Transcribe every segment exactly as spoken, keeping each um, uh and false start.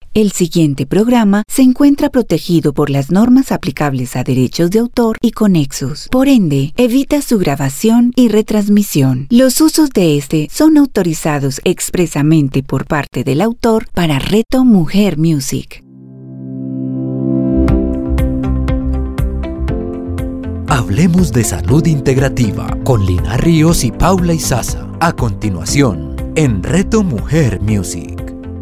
El siguiente programa se encuentra protegido por las normas aplicables a derechos de autor y conexos. Por ende, evita su grabación y retransmisión. Los usos de este son autorizados expresamente por parte del autor para Reto Mujer Music. Hablemos de salud integrativa con Lina Ríos y Paula Izaza. A continuación, en Reto Mujer Music.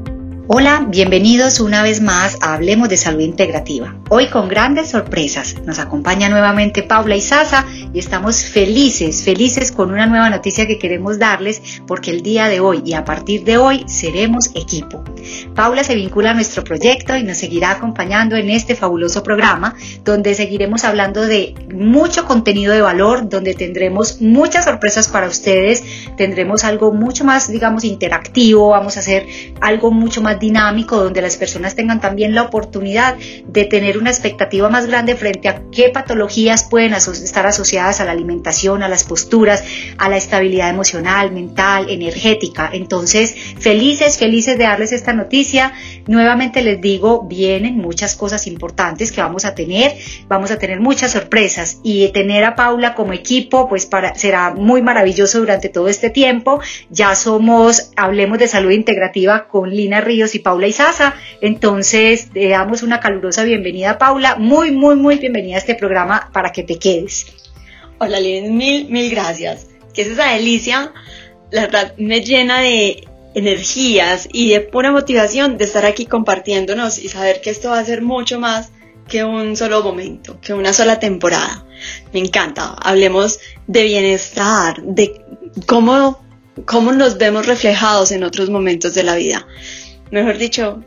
Hola, bienvenidos una vez más a Hablemos de Salud Integrativa. Hoy con grandes sorpresas nos acompaña nuevamente Paula Izaza y estamos felices, felices con una nueva noticia que queremos darles porque el día de hoy y a partir de hoy seremos equipo. Paula se vincula a nuestro proyecto y nos seguirá acompañando en este fabuloso programa donde seguiremos hablando de mucho contenido de valor, donde tendremos muchas sorpresas para ustedes, tendremos algo mucho más, digamos, interactivo, vamos a hacer algo mucho más dinámico donde las personas tengan también la oportunidad de tener una expectativa más grande frente a qué patologías pueden aso- estar asociadas a la alimentación, a las posturas, a la estabilidad emocional, mental, energética. Entonces, felices, felices de darles esta noticia. Nuevamente les digo, vienen muchas cosas importantes que vamos a tener, vamos a tener muchas sorpresas y tener a Paula como equipo pues para, será muy maravilloso durante todo este tiempo. Ya somos, hablemos de salud integrativa con Lina Ríos y Paula Izaza, entonces le damos una calurosa bienvenida a Paula, muy muy muy bienvenida a este programa para que te quedes. Hola Lina, mil mil gracias, que es esa delicia, la verdad me llena de energías y de pura motivación de estar aquí compartiéndonos y saber que esto va a ser mucho más que un solo momento, que una sola temporada. Me encanta, hablemos de bienestar, de cómo, cómo nos vemos reflejados en otros momentos de la vida. Mejor dicho,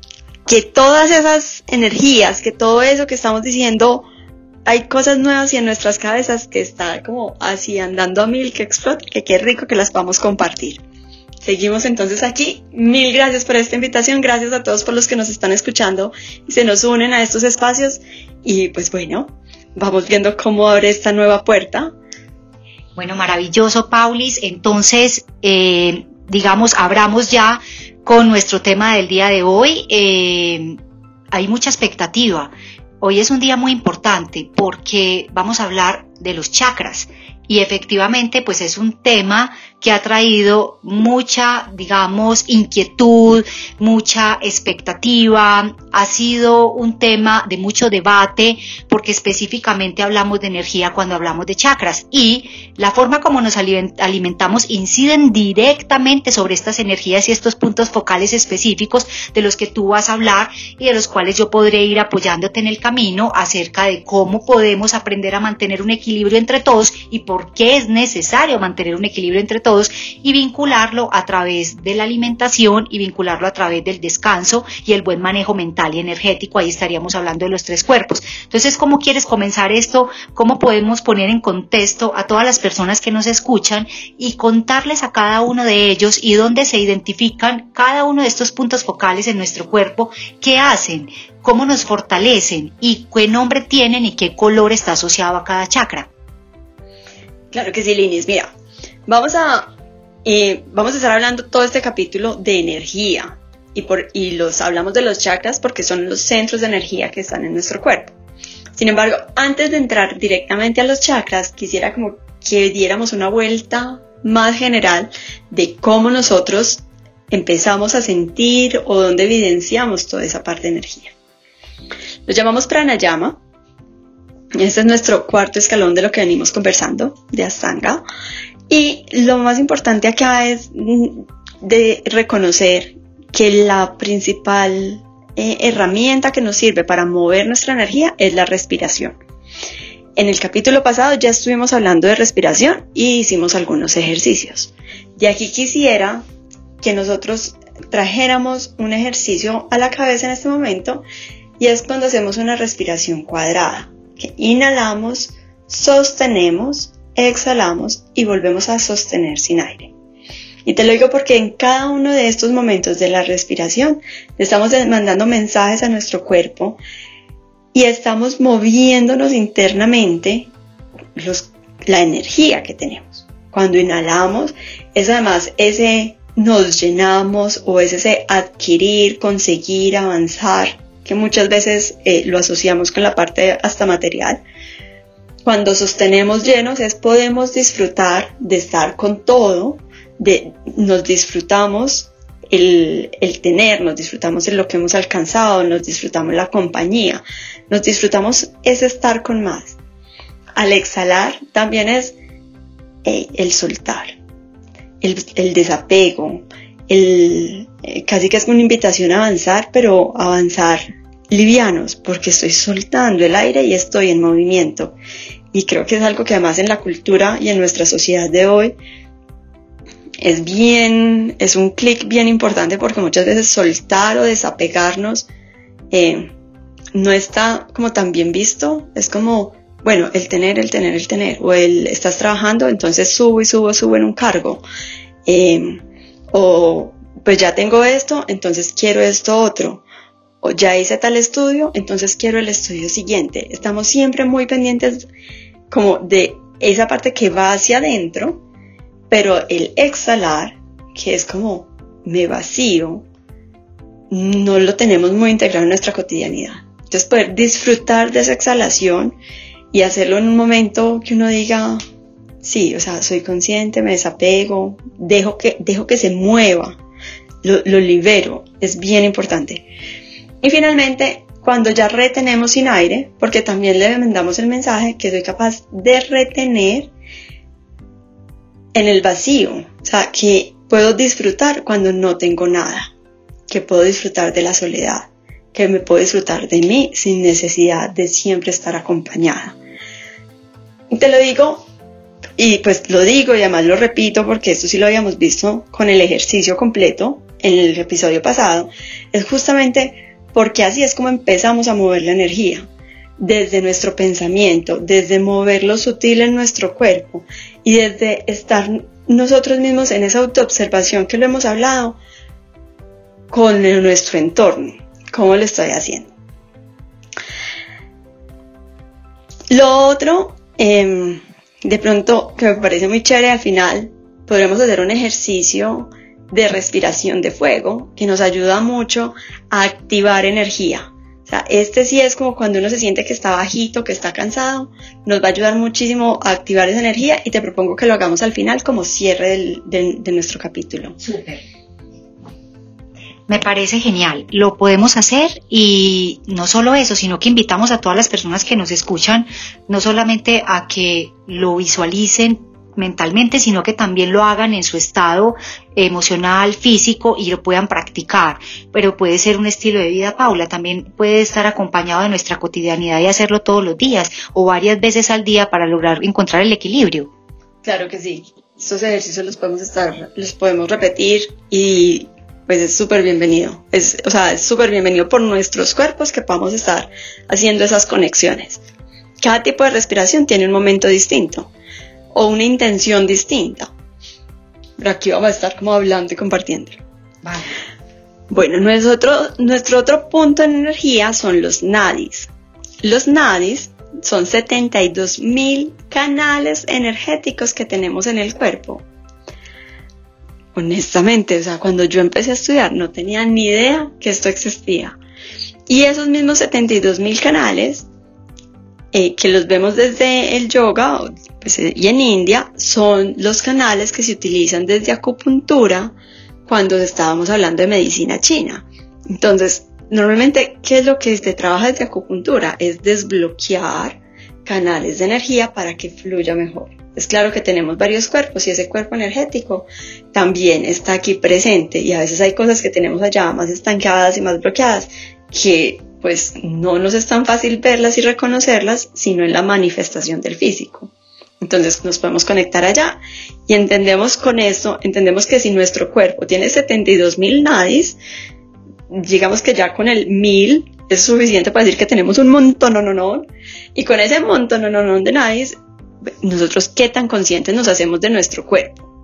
que todas esas energías, que todo eso que estamos diciendo, hay cosas nuevas y en nuestras cabezas que está como así andando a mil, que explote, que qué rico que las podamos compartir. Seguimos entonces aquí. Mil gracias por esta invitación, gracias a todos por los que nos están escuchando y se nos unen a estos espacios y pues bueno, vamos viendo cómo abre esta nueva puerta. Bueno, maravilloso, Paulis. Entonces, eh, digamos, abramos ya con nuestro tema del día de hoy. Eh, hay mucha expectativa. Hoy es un día muy importante porque vamos a hablar de los chakras y efectivamente pues es un tema que ha traído mucha, digamos, inquietud, mucha expectativa, ha sido un tema de mucho debate porque específicamente hablamos de energía cuando hablamos de chakras y la forma como nos alimentamos inciden directamente sobre estas energías y estos puntos focales específicos de los que tú vas a hablar y de los cuales yo podré ir apoyándote en el camino acerca de cómo podemos aprender a mantener un equilibrio entre todos y por qué es necesario mantener un equilibrio entre todos y vincularlo a través de la alimentación y vincularlo a través del descanso y el buen manejo mental y energético. Ahí estaríamos hablando de los tres cuerpos. Entonces, ¿cómo quieres comenzar esto? ¿Cómo podemos poner en contexto a todas las personas que nos escuchan y contarles a cada uno de ellos y dónde se identifican cada uno de estos puntos focales en nuestro cuerpo? ¿Qué hacen? ¿Cómo nos fortalecen? ¿Y qué nombre tienen y qué color está asociado a cada chakra? Claro que sí, Linis. Mira, vamos a, eh, vamos a estar hablando todo este capítulo de energía y, por, y los hablamos de los chakras porque son los centros de energía que están en nuestro cuerpo. Sin embargo, antes de entrar directamente a los chakras, quisiera como que diéramos una vuelta más general de cómo nosotros empezamos a sentir o dónde evidenciamos toda esa parte de energía. Lo llamamos pranayama. Este es nuestro cuarto escalón de lo que venimos conversando, de Ashtanga. Y lo más importante acá es de reconocer que la principal eh, herramienta que nos sirve para mover nuestra energía es la respiración. En el capítulo pasado ya estuvimos hablando de respiración y hicimos algunos ejercicios. Y aquí quisiera que nosotros trajéramos un ejercicio a la cabeza en este momento y es cuando hacemos una respiración cuadrada. Que inhalamos, sostenemos, exhalamos y volvemos a sostener sin aire. Y te lo digo porque en cada uno de estos momentos de la respiración le estamos mandando mensajes a nuestro cuerpo y estamos moviéndonos internamente los, la energía que tenemos. Cuando inhalamos es además ese nos llenamos, o es ese adquirir, conseguir, avanzar, que muchas veces eh, lo asociamos con la parte hasta material. Cuando sostenemos llenos es podemos disfrutar de estar con todo, de, nos disfrutamos el, el tener, nos disfrutamos en lo que hemos alcanzado, nos disfrutamos la compañía, nos disfrutamos ese estar con más. Al exhalar también es eh, el soltar, el, el desapego, el, eh, casi que es una invitación a avanzar, pero avanzar livianos, porque estoy soltando el aire y estoy en movimiento. Y creo que es algo que además en la cultura y en nuestra sociedad de hoy es bien, es un clic bien importante, porque muchas veces soltar o desapegarnos eh, no está como tan bien visto. Es como, bueno, el tener, el tener, el tener, o el estás trabajando, entonces subo y subo, subo en un cargo, eh, o pues ya tengo esto, entonces quiero esto otro, o ya hice tal estudio, entonces quiero el estudio siguiente. Estamos siempre muy pendientes como de esa parte que va hacia adentro, pero el exhalar, que es como me vacío, no lo tenemos muy integrado en nuestra cotidianidad. Entonces poder disfrutar de esa exhalación y hacerlo en un momento que uno diga, sí, o sea, soy consciente, me desapego, dejo que, dejo que se mueva, lo, lo libero, es bien importante. Y finalmente, cuando ya retenemos sin aire, porque también le mandamos el mensaje que soy capaz de retener en el vacío, o sea, que puedo disfrutar cuando no tengo nada, que puedo disfrutar de la soledad, que me puedo disfrutar de mí sin necesidad de siempre estar acompañada. Y te lo digo, y pues lo digo y además lo repito, porque esto sí lo habíamos visto con el ejercicio completo en el episodio pasado, es justamente porque así es como empezamos a mover la energía, desde nuestro pensamiento, desde mover lo sutil en nuestro cuerpo y desde estar nosotros mismos en esa autoobservación que lo hemos hablado con nuestro entorno, cómo lo estoy haciendo. Lo otro, eh, de pronto, que me parece muy chévere, al final podremos hacer un ejercicio de respiración de fuego que nos ayuda mucho a activar energía. O sea, este sí es como cuando uno se siente que está bajito, que está cansado, nos va a ayudar muchísimo a activar esa energía, y te propongo que lo hagamos al final como cierre del, de, de nuestro capítulo. Súper. Me parece genial, lo podemos hacer, y no solo eso, sino que invitamos a todas las personas que nos escuchan, no solamente a que lo visualicen mentalmente, sino que también lo hagan en su estado emocional, físico, y lo puedan practicar. Pero puede ser un estilo de vida, Paula, también puede estar acompañado de nuestra cotidianidad y hacerlo todos los días o varias veces al día para lograr encontrar el equilibrio. Claro que sí, estos ejercicios los podemos estar, los podemos repetir, y pues es súper bienvenido, es, o sea, es súper bienvenido por nuestros cuerpos que podamos estar haciendo esas conexiones. Cada tipo de respiración tiene un momento distinto o una intención distinta, pero aquí vamos a estar como hablando y compartiendo. Vale. Bueno, nuestro, nuestro otro punto en energía son los nadis. Los nadis son setenta y dos mil canales energéticos que tenemos en el cuerpo. Honestamente, o sea, cuando yo empecé a estudiar no tenía ni idea que esto existía. Y esos mismos setenta y dos mil canales, eh, que los vemos desde el yoga pues, y en India, son los canales que se utilizan desde acupuntura cuando estábamos hablando de medicina china. Entonces, normalmente, ¿qué es lo que se trabaja desde acupuntura? Es desbloquear canales de energía para que fluya mejor. Es claro que tenemos varios cuerpos y ese cuerpo energético también está aquí presente, y a veces hay cosas que tenemos allá más estancadas y más bloqueadas que pues no nos es tan fácil verlas y reconocerlas, sino en la manifestación del físico. Entonces nos podemos conectar allá y entendemos con esto, entendemos que si nuestro cuerpo tiene setenta y dos mil nadis, digamos que ya con el mil es suficiente para decir que tenemos un montón, no, no, no, y con ese montón, no, no, no, de nadis, nosotros qué tan conscientes nos hacemos de nuestro cuerpo.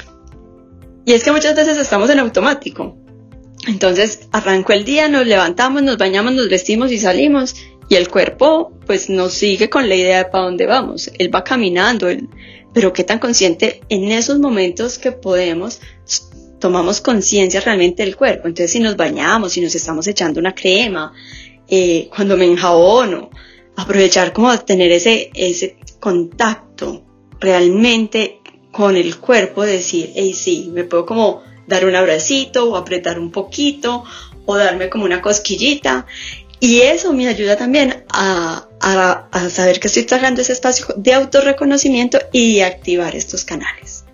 Y es que muchas veces estamos en automático. Entonces arrancó el día, nos levantamos, nos bañamos, nos vestimos y salimos, y el cuerpo pues nos sigue con la idea de para dónde vamos. Él va caminando, él, pero qué tan consciente en esos momentos que podemos tomamos conciencia realmente del cuerpo. Entonces, si nos bañamos, si nos estamos echando una crema, eh, cuando me enjabono, aprovechar como tener ese, ese contacto realmente con el cuerpo, decir, hey, sí, me puedo como dar un abracito o apretar un poquito o darme como una cosquillita. Y eso me ayuda también a, a, a saber que estoy trabajando ese espacio de autorreconocimiento y de activar estos canales.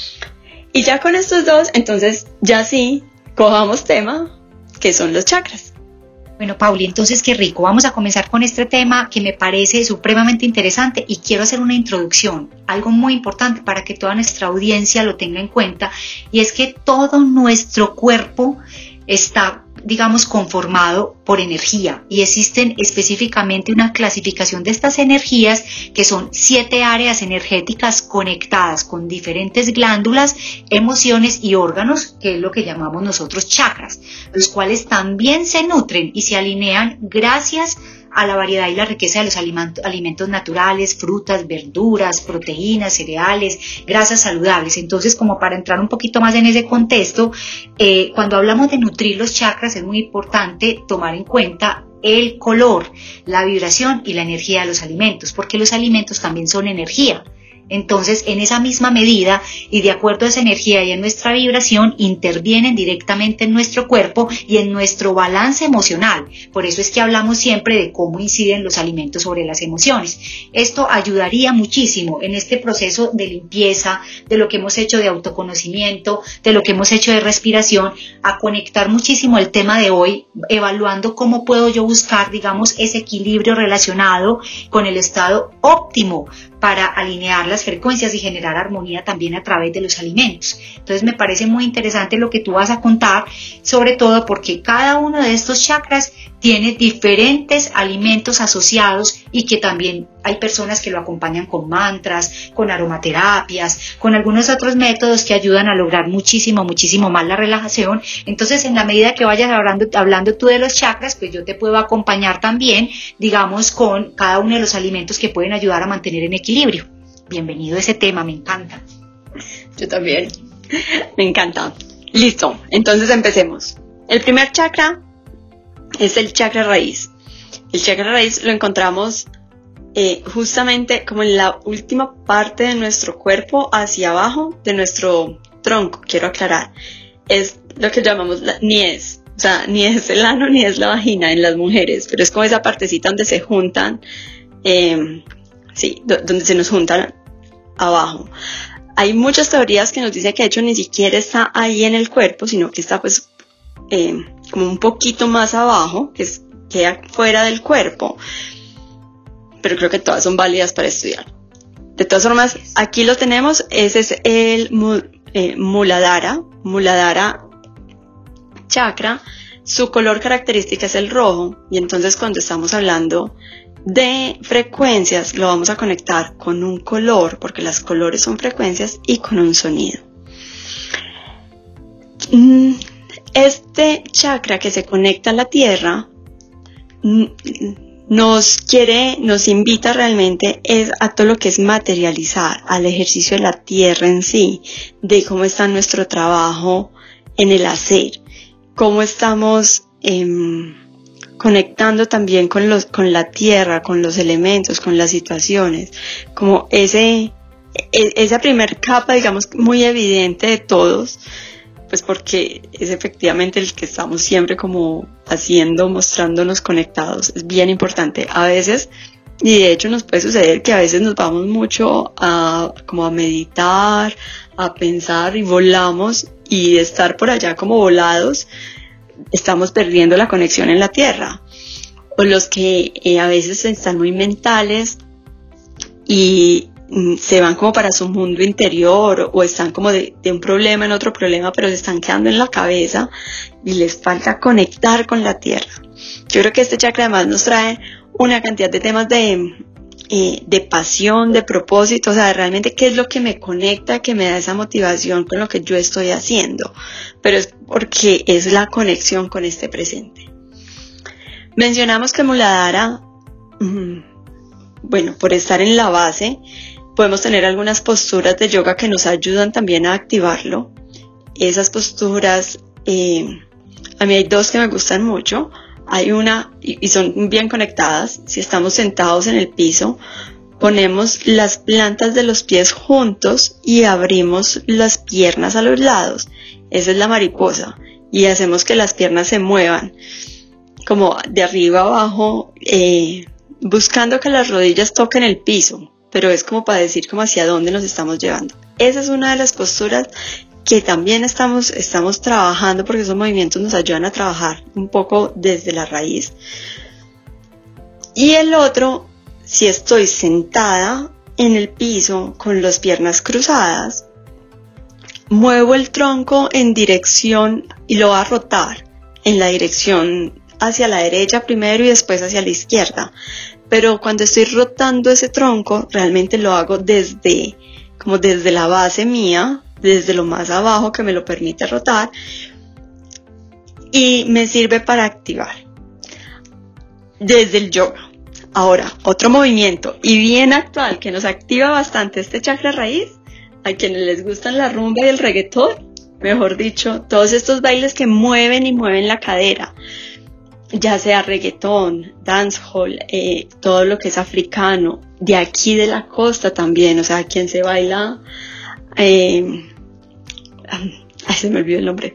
Y ya con estos dos, entonces ya sí, cojamos tema, que son los chakras. Bueno, Pauli, entonces qué rico. Vamos a comenzar con este tema que me parece supremamente interesante y quiero hacer una introducción, algo muy importante para que toda nuestra audiencia lo tenga en cuenta, y es que todo nuestro cuerpo está, digamos, conformado por energía y existen específicamente una clasificación de estas energías que son siete áreas energéticas conectadas con diferentes glándulas, emociones y órganos, que es lo que llamamos nosotros chakras, los cuales también se nutren y se alinean gracias a la variedad y la riqueza de los alimentos, alimentos naturales, frutas, verduras, proteínas, cereales, grasas saludables. Entonces, como para entrar un poquito más en ese contexto, eh, cuando hablamos de nutrir los chakras es muy importante tomar en cuenta el color, la vibración y la energía de los alimentos, porque los alimentos también son energía. Entonces, en esa misma medida y de acuerdo a esa energía y a nuestra vibración, intervienen directamente en nuestro cuerpo y en nuestro balance emocional. Por eso es que hablamos siempre de cómo inciden los alimentos sobre las emociones. Esto ayudaría muchísimo en este proceso de limpieza, de lo que hemos hecho de autoconocimiento, de lo que hemos hecho de respiración, a conectar muchísimo el tema de hoy, evaluando cómo puedo yo buscar, digamos, ese equilibrio relacionado con el estado óptimo para alinear las frecuencias y generar armonía también a través de los alimentos. Entonces me parece muy interesante lo que tú vas a contar, sobre todo porque cada uno de estos chakras tiene diferentes alimentos asociados y que también hay personas que lo acompañan con mantras, con aromaterapias, con algunos otros métodos que ayudan a lograr muchísimo, muchísimo más la relajación. Entonces, en la medida que vayas hablando, hablando tú de los chakras, pues yo te puedo acompañar también, digamos, con cada uno de los alimentos que pueden ayudar a mantener en equilibrio. Bienvenido a ese tema, me encanta. Yo también, me encanta. Listo, entonces empecemos. El primer chakra es el chakra raíz. El chakra raíz lo encontramos eh, justamente como en la última parte de nuestro cuerpo, hacia abajo de nuestro tronco, quiero aclarar. Es lo que llamamos la niez. O sea, ni es el ano ni es la vagina en las mujeres, pero es como esa partecita donde se juntan, eh, sí, do- donde se nos juntan abajo. Hay muchas teorías que nos dicen que de hecho ni siquiera está ahí en el cuerpo, sino que está pues eh, como un poquito más abajo, que es, queda fuera del cuerpo, pero creo que todas son válidas para estudiar. De todas formas, aquí lo tenemos, ese es el eh, Muladhara, Muladhara chakra, su color característica es el rojo, y entonces cuando estamos hablando de frecuencias lo vamos a conectar con un color, porque las colores son frecuencias, y con un sonido. Este chakra que se conecta a la tierra nos quiere, nos invita realmente es a todo lo que es materializar, al ejercicio de la tierra en sí, de cómo está nuestro trabajo en el hacer, cómo estamos eh, conectando también con los, con la tierra, con los elementos, con las situaciones, como ese, esa primer capa, digamos, muy evidente de todos, pues porque es efectivamente el que estamos siempre como haciendo, mostrándonos conectados. Es bien importante. A veces, y de hecho nos puede suceder que a veces nos vamos mucho a, como a meditar, a pensar y volamos, y de estar por allá como volados, estamos perdiendo la conexión en la tierra. O los que eh, a veces están muy mentales y se van como para su mundo interior, o están como de, de un problema en otro problema, pero se están quedando en la cabeza y les falta conectar con la tierra. Yo creo que este chakra además nos trae una cantidad de temas de, eh, de pasión, de propósito, o sea, de realmente qué es lo que me conecta, que me da esa motivación con lo que yo estoy haciendo, pero es porque es la conexión con este presente. Mencionamos que Muladhara, mmm, bueno, por estar en la base, podemos tener algunas posturas de yoga que nos ayudan también a activarlo. esas posturas, eh, a mí hay dos que me gustan mucho. Hay una, y, y son bien conectadas. Si estamos sentados en el piso, ponemos las plantas de los pies juntos y abrimos las piernas a los lados. Esa es la mariposa. Y hacemos que las piernas se muevan como de arriba a abajo, eh, buscando que las rodillas toquen el piso, pero es como para decir como hacia dónde nos estamos llevando. Esa es una de las posturas que también estamos, estamos trabajando, porque esos movimientos nos ayudan a trabajar un poco desde la raíz. Y el otro, si estoy sentada en el piso con las piernas cruzadas, muevo el tronco en dirección y lo voy a rotar en la dirección hacia la derecha primero y después hacia la izquierda. Pero cuando estoy rotando ese tronco, realmente lo hago desde, como desde la base mía, desde lo más abajo que me lo permite rotar, y me sirve para activar desde el yoga. Ahora, otro movimiento y bien actual que nos activa bastante este chakra raíz, a quienes les gustan la rumba y el reggaetón, mejor dicho, todos estos bailes que mueven y mueven la cadera, ya sea reggaetón, dancehall, eh, todo lo que es africano, de aquí de la costa también, o sea, quien se baila, eh, ay, se me olvidó el nombre,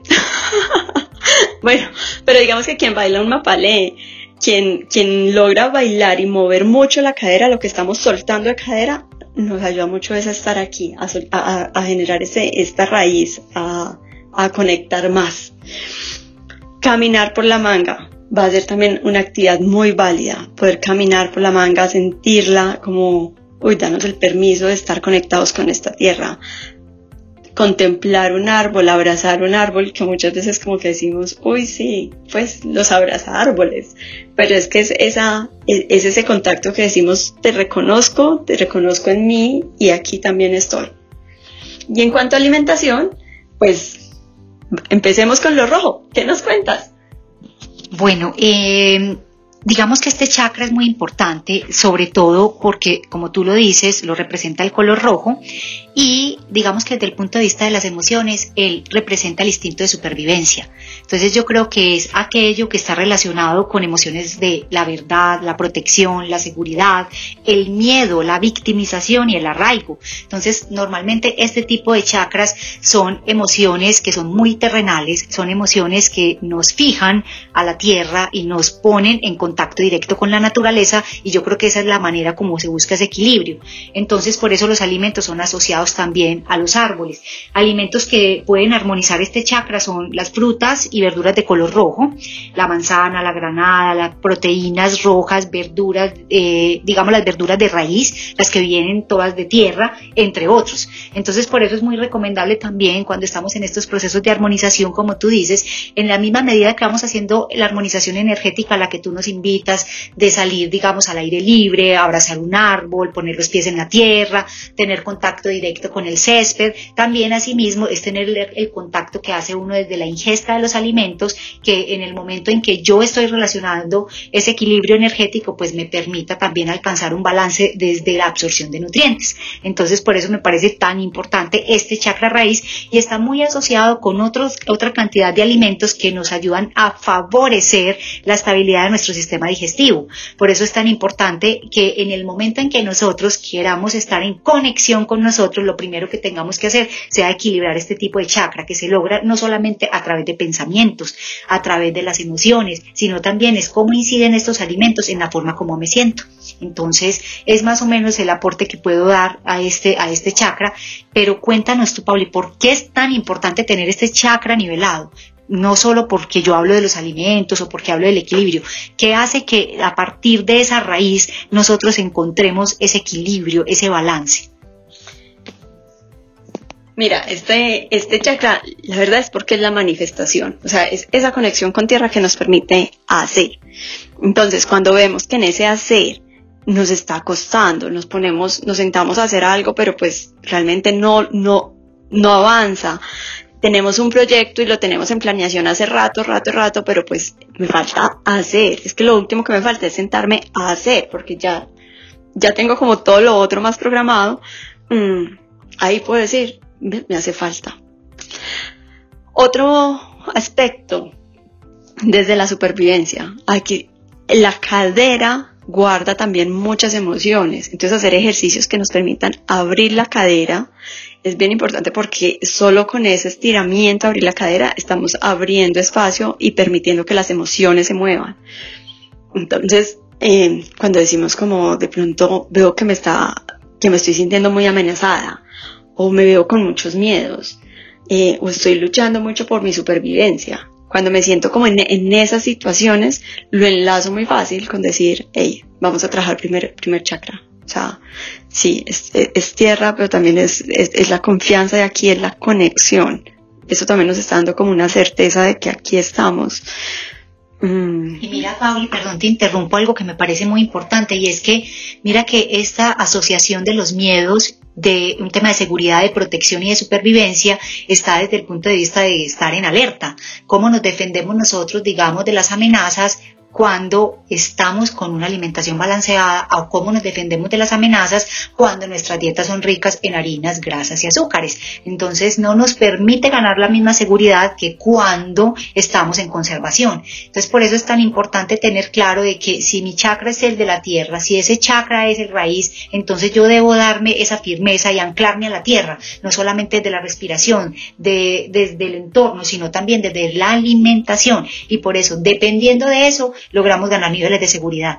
bueno, pero digamos que quien baila un mapalé, quien, quien logra bailar y mover mucho la cadera, lo que estamos soltando de cadera, nos ayuda mucho es a estar aquí, a, a, a generar ese, esta raíz, a, a conectar más. Caminar por la manga va a ser también una actividad muy válida, poder caminar por la manga, sentirla como, uy, danos el permiso de estar conectados con esta tierra. Contemplar un árbol, abrazar un árbol, que muchas veces como que decimos, uy, sí, pues los abraza árboles, pero es que es, esa, es, es ese contacto que decimos, te reconozco, te reconozco en mí y aquí también estoy. Y en cuanto a alimentación, pues empecemos con lo rojo. ¿Qué nos cuentas? Bueno, eh, digamos que este chakra es muy importante, sobre todo porque, como tú lo dices, lo representa el color rojo, y digamos que desde el punto de vista de las emociones, él representa el instinto de supervivencia. Entonces yo creo que es aquello que está relacionado con emociones de la verdad, la protección, la seguridad, el miedo, la victimización y el arraigo. Entonces normalmente este tipo de chakras son emociones que son muy terrenales, son emociones que nos fijan a la tierra y nos ponen en contacto directo con la naturaleza, y yo creo que esa es la manera como se busca ese equilibrio. Entonces por eso los alimentos son asociados también a los árboles. Alimentos que pueden armonizar este chakra son las frutas y verduras de color rojo, la manzana, la granada, las proteínas rojas, verduras, eh, digamos las verduras de raíz, las que vienen todas de tierra, entre otros. Entonces por eso es muy recomendable también cuando estamos en estos procesos de armonización, como tú dices, en la misma medida que vamos haciendo la armonización energética a la que tú nos invitas, de salir, digamos, al aire libre, abrazar un árbol, poner los pies en la tierra, tener contacto directo con el césped, también asimismo es tener el, el contacto que hace uno desde la ingesta de los alimentos, que en el momento en que yo estoy relacionando ese equilibrio energético, pues me permita también alcanzar un balance desde la absorción de nutrientes. Entonces por eso me parece tan importante este chakra raíz, y está muy asociado con otros, otra cantidad de alimentos que nos ayudan a favorecer la estabilidad de nuestro sistema digestivo. Por eso es tan importante que en el momento en que nosotros queramos estar en conexión con nosotros, lo primero que tengamos que hacer sea equilibrar este tipo de chakra, que se logra no solamente a través de pensamientos, a través de las emociones, sino también es cómo inciden estos alimentos en la forma como me siento. Entonces es más o menos el aporte que puedo dar a este, a este chakra. Pero cuéntanos tú, Pauli, ¿por qué es tan importante tener este chakra nivelado? No solo porque yo hablo de los alimentos o porque hablo del equilibrio. ¿Qué hace que a partir de esa raíz nosotros encontremos ese equilibrio, ese balance? Mira, este, este chakra, la verdad es porque es la manifestación, o sea, es esa conexión con tierra que nos permite hacer. Entonces, cuando vemos que en ese hacer nos está costando, nos ponemos, nos sentamos a hacer algo, pero pues realmente no, no, no avanza. Tenemos un proyecto y lo tenemos en planeación hace rato, rato, rato, pero pues me falta hacer. Es que lo último que me falta es sentarme a hacer, porque ya, ya tengo como todo lo otro más programado. Mm, ahí puedo decir, me hace falta. Otro aspecto desde la supervivencia, aquí la cadera guarda también muchas emociones, entonces hacer ejercicios que nos permitan abrir la cadera es bien importante, porque solo con ese estiramiento, abrir la cadera, estamos abriendo espacio y permitiendo que las emociones se muevan. Entonces, eh, cuando decimos como de pronto veo que me está, que me estoy sintiendo muy amenazada, o me veo con muchos miedos, eh, o estoy luchando mucho por mi supervivencia, cuando me siento como en, en esas situaciones, lo enlazo muy fácil con decir, hey, vamos a trabajar primer, primer chakra. O sea, sí, es, es, es tierra, pero también es, es, es la confianza de aquí, es la conexión. Eso también nos está dando como una certeza de que aquí estamos. Mm. Y mira, Pauli, perdón, te interrumpo, algo que me parece muy importante, y es que mira que esta asociación de los miedos, de un tema de seguridad, de protección y de supervivencia, está desde el punto de vista de estar en alerta. ¿Cómo nos defendemos nosotros, digamos, de las amenazas cuando estamos con una alimentación balanceada, o cómo nos defendemos de las amenazas cuando nuestras dietas son ricas en harinas, grasas y azúcares? Entonces no nos permite ganar la misma seguridad que cuando estamos en conservación. Entonces por eso es tan importante tener claro de que si mi chakra es el de la tierra, si ese chakra es el raíz, entonces yo debo darme esa firmeza y anclarme a la tierra, no solamente desde la respiración, de, desde el entorno, sino también desde la alimentación, y por eso, dependiendo de eso, logramos ganar niveles de seguridad.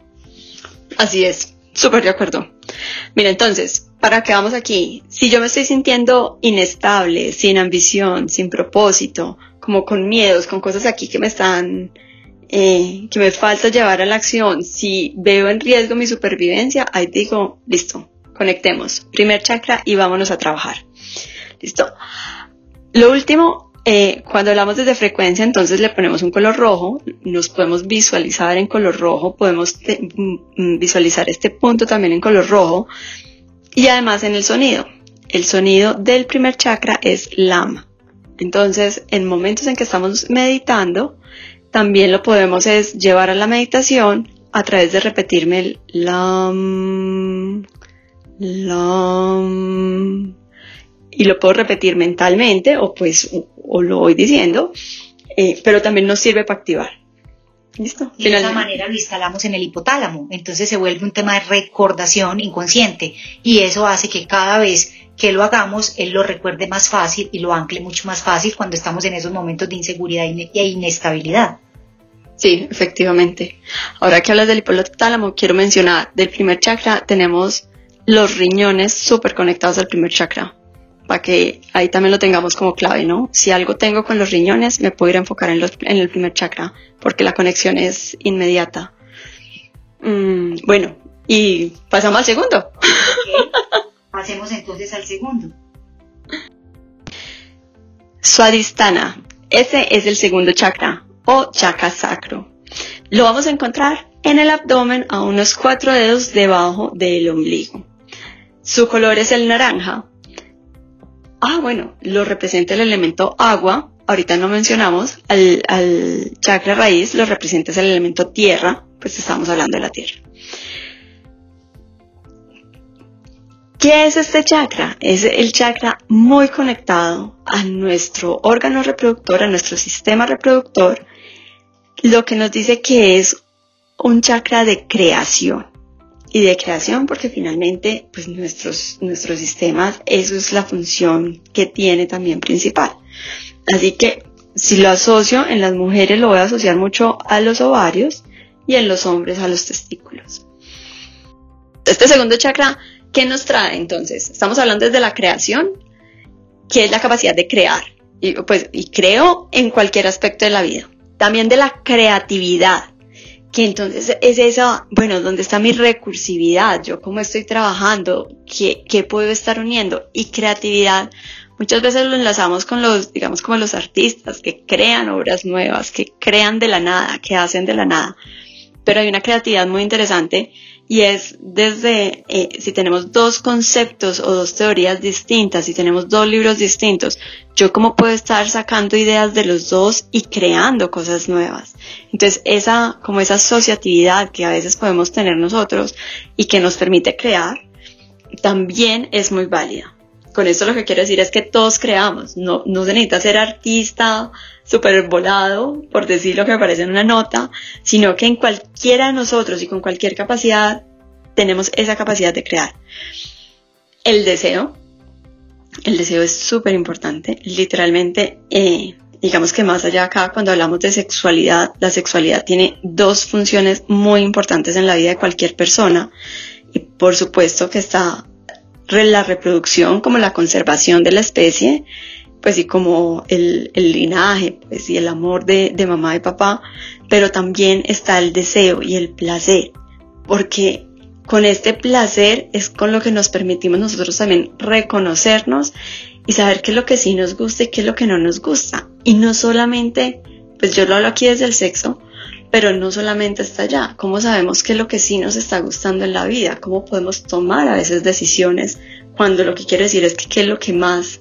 Así es, súper de acuerdo. Mira, entonces, ¿para qué vamos aquí? Si yo me estoy sintiendo inestable, sin ambición, sin propósito, como con miedos, con cosas aquí que me están, eh, que me falta llevar a la acción, si veo en riesgo mi supervivencia, ahí digo, listo, conectemos, primer chakra y vámonos a trabajar. Listo. Lo último, Eh, cuando hablamos desde frecuencia, entonces le ponemos un color rojo, nos podemos visualizar en color rojo, podemos te, m, visualizar este punto también en color rojo, y además en el sonido. El sonido del primer chakra es Lam. Entonces, en momentos en que estamos meditando, también lo podemos es llevar a la meditación a través de repetirme el Lam, Lam, y lo puedo repetir mentalmente o pues o, o lo voy diciendo, eh, pero también nos sirve para activar. ¿Listo? Y de esa manera lo instalamos en el hipotálamo, entonces se vuelve un tema de recordación inconsciente, y eso hace que cada vez que lo hagamos, él lo recuerde más fácil y lo ancle mucho más fácil cuando estamos en esos momentos de inseguridad e inestabilidad. Sí, efectivamente. Ahora que hablas del hipotálamo, quiero mencionar, del primer chakra tenemos los riñones súper conectados al primer chakra, para que ahí también lo tengamos como clave, ¿no? Si algo tengo con los riñones, me puedo ir a enfocar en, los, en el primer chakra, porque la conexión es inmediata. Mm, bueno, y pasamos al segundo. Okay. Pasemos entonces al segundo. Swadhisthana, ese es el segundo chakra, o chakra sacro. Lo vamos a encontrar en el abdomen a unos cuatro dedos debajo del ombligo. Su color es el naranja. Ah, bueno, lo representa el elemento agua. Ahorita no mencionamos, al, al chakra raíz lo representa el elemento tierra, pues estamos hablando de la tierra. ¿Qué es este chakra? Es el chakra muy conectado a nuestro órgano reproductor, a nuestro sistema reproductor, lo que nos dice que es un chakra de creación. Y de creación porque finalmente pues nuestros, nuestros sistemas, eso es la función que tiene también principal. Así que si lo asocio en las mujeres, lo voy a asociar mucho a los ovarios, y en los hombres a los testículos. Este segundo chakra, ¿qué nos trae entonces? Estamos hablando desde la creación, que es la capacidad de crear, y, pues, y creo en cualquier aspecto de la vida. También de la creatividad, que entonces es esa, bueno, ¿dónde está mi recursividad? Yo cómo estoy trabajando, ¿qué, qué puedo estar uniendo? Y creatividad, muchas veces lo enlazamos con los, digamos, como los artistas que crean obras nuevas, que crean de la nada, que hacen de la nada. Pero hay una creatividad muy interesante, y es desde, eh, si tenemos dos conceptos o dos teorías distintas, si tenemos dos libros distintos, yo cómo puedo estar sacando ideas de los dos y creando cosas nuevas. Entonces esa, como esa asociatividad que a veces podemos tener nosotros y que nos permite crear, también es muy válida. con esto lo que quiero decir es que todos creamos, no, no se necesita ser artista súper volado, por decir lo que me parece en una nota, sino que en cualquiera de nosotros y con cualquier capacidad tenemos esa capacidad de crear. El deseo, el deseo es súper importante, literalmente, eh, digamos que más allá acá, cuando hablamos de sexualidad, la sexualidad tiene dos funciones muy importantes en la vida de cualquier persona, y por supuesto que está la reproducción como la conservación de la especie, pues y como el, el linaje, pues y el amor de, de mamá y papá, pero también está el deseo y el placer, porque con este placer es con lo que nos permitimos nosotros también reconocernos y saber qué es lo que sí nos gusta y qué es lo que no nos gusta. Y no solamente, pues yo lo hablo aquí desde el sexo, pero no solamente está allá. ¿Cómo sabemos qué es lo que sí nos está gustando en la vida? ¿Cómo podemos tomar a veces decisiones cuando lo que quiero decir es que qué es lo que más,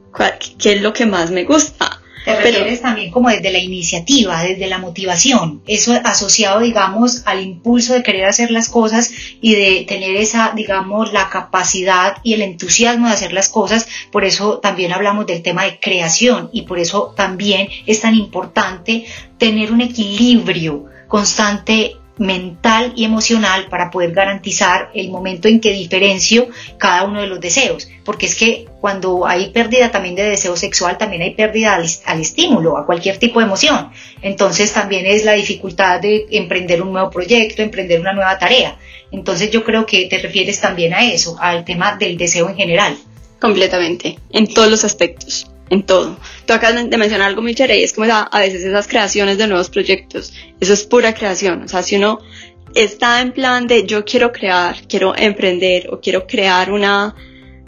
qué es lo que más me gusta? Te refieres también como desde la iniciativa, desde la motivación, eso asociado, digamos, al impulso de querer hacer las cosas y de tener esa, digamos, la capacidad y el entusiasmo de hacer las cosas. Por eso también hablamos del tema de creación y por eso también es tan importante tener un equilibrio constante mental y emocional para poder garantizar el momento en que diferencio cada uno de los deseos, porque es que cuando hay pérdida también de deseo sexual, también hay pérdida al, al estímulo, a cualquier tipo de emoción. Entonces también es la dificultad de emprender un nuevo proyecto, emprender una nueva tarea. Entonces yo creo que te refieres también a eso, al tema del deseo en general. Completamente, en todos los aspectos. En todo. Tú acabas de mencionar algo muy chévere y es como esa, a veces esas creaciones de nuevos proyectos, eso es pura creación. O sea, si uno está en plan de yo quiero crear, quiero emprender o quiero crear una,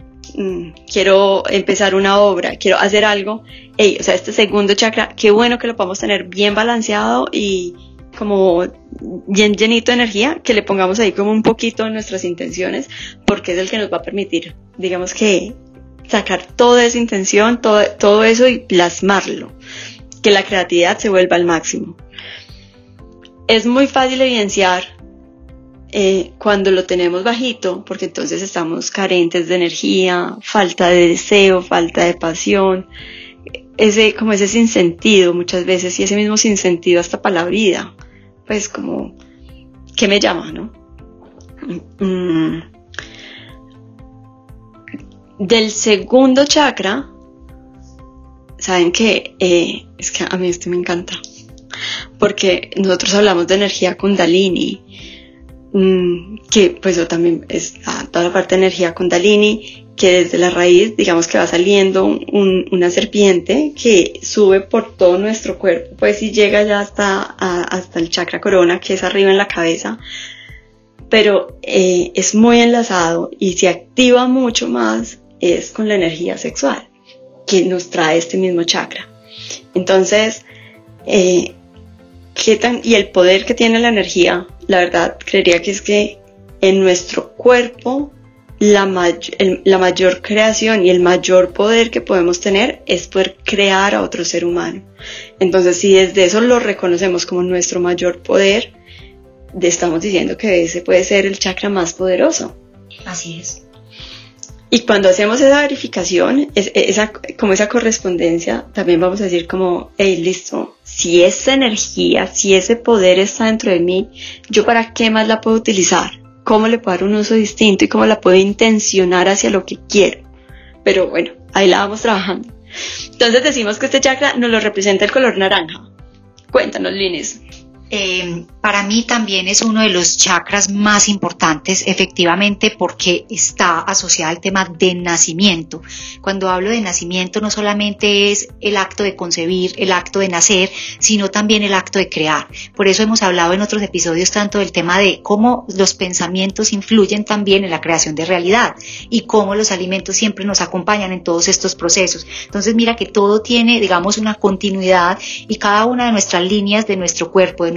mmm, quiero empezar una obra, quiero hacer algo, hey, o sea, este segundo chakra, qué bueno que lo podamos tener bien balanceado y como bien llenito de energía, que le pongamos ahí como un poquito de nuestras intenciones, porque es el que nos va a permitir, digamos que sacar toda esa intención, todo, todo eso y plasmarlo, que la creatividad se vuelva al máximo. Es muy fácil evidenciar eh, cuando lo tenemos bajito, porque entonces estamos carentes de energía, falta de deseo, falta de pasión, ese, como ese sinsentido muchas veces, y ese mismo sinsentido hasta para la vida, pues como, ¿qué me llama, no? Mm. Del segundo chakra, saben que eh, es que a mí esto me encanta, porque nosotros hablamos de energía kundalini, mmm, que pues yo también es toda la parte de energía kundalini, que desde la raíz, digamos que va saliendo un, una serpiente que sube por todo nuestro cuerpo, pues y llega ya hasta, a, hasta el chakra corona, que es arriba en la cabeza, pero eh, es muy enlazado y se activa mucho más es con la energía sexual que nos trae este mismo chakra. Entonces, eh, ¿qué tan, y el poder que tiene la energía? La verdad, creería que es que en nuestro cuerpo la, may- el, la mayor creación y el mayor poder que podemos tener es poder crear a otro ser humano. Entonces, si desde eso lo reconocemos como nuestro mayor poder, estamos diciendo que ese puede ser el chakra más poderoso. Así es. Y cuando hacemos esa verificación, es, esa, como esa correspondencia, también vamos a decir como, hey, listo, si esa energía, si ese poder está dentro de mí, ¿yo para qué más la puedo utilizar? ¿Cómo le puedo dar un uso distinto y cómo la puedo intencionar hacia lo que quiero? Pero bueno, ahí la vamos trabajando. Entonces decimos que este chakra nos lo representa el color naranja. Cuéntanos, Linis. Eh, para mí también es uno de los chakras más importantes, efectivamente, porque está asociado al tema de nacimiento. Cuando hablo de nacimiento no solamente es el acto de concebir, el acto de nacer, sino también el acto de crear. Por eso hemos hablado en otros episodios tanto del tema de cómo los pensamientos influyen también en la creación de realidad y cómo los alimentos siempre nos acompañan en todos estos procesos. Entonces mira que todo tiene, digamos, una continuidad y cada una de nuestras líneas de nuestro cuerpo, de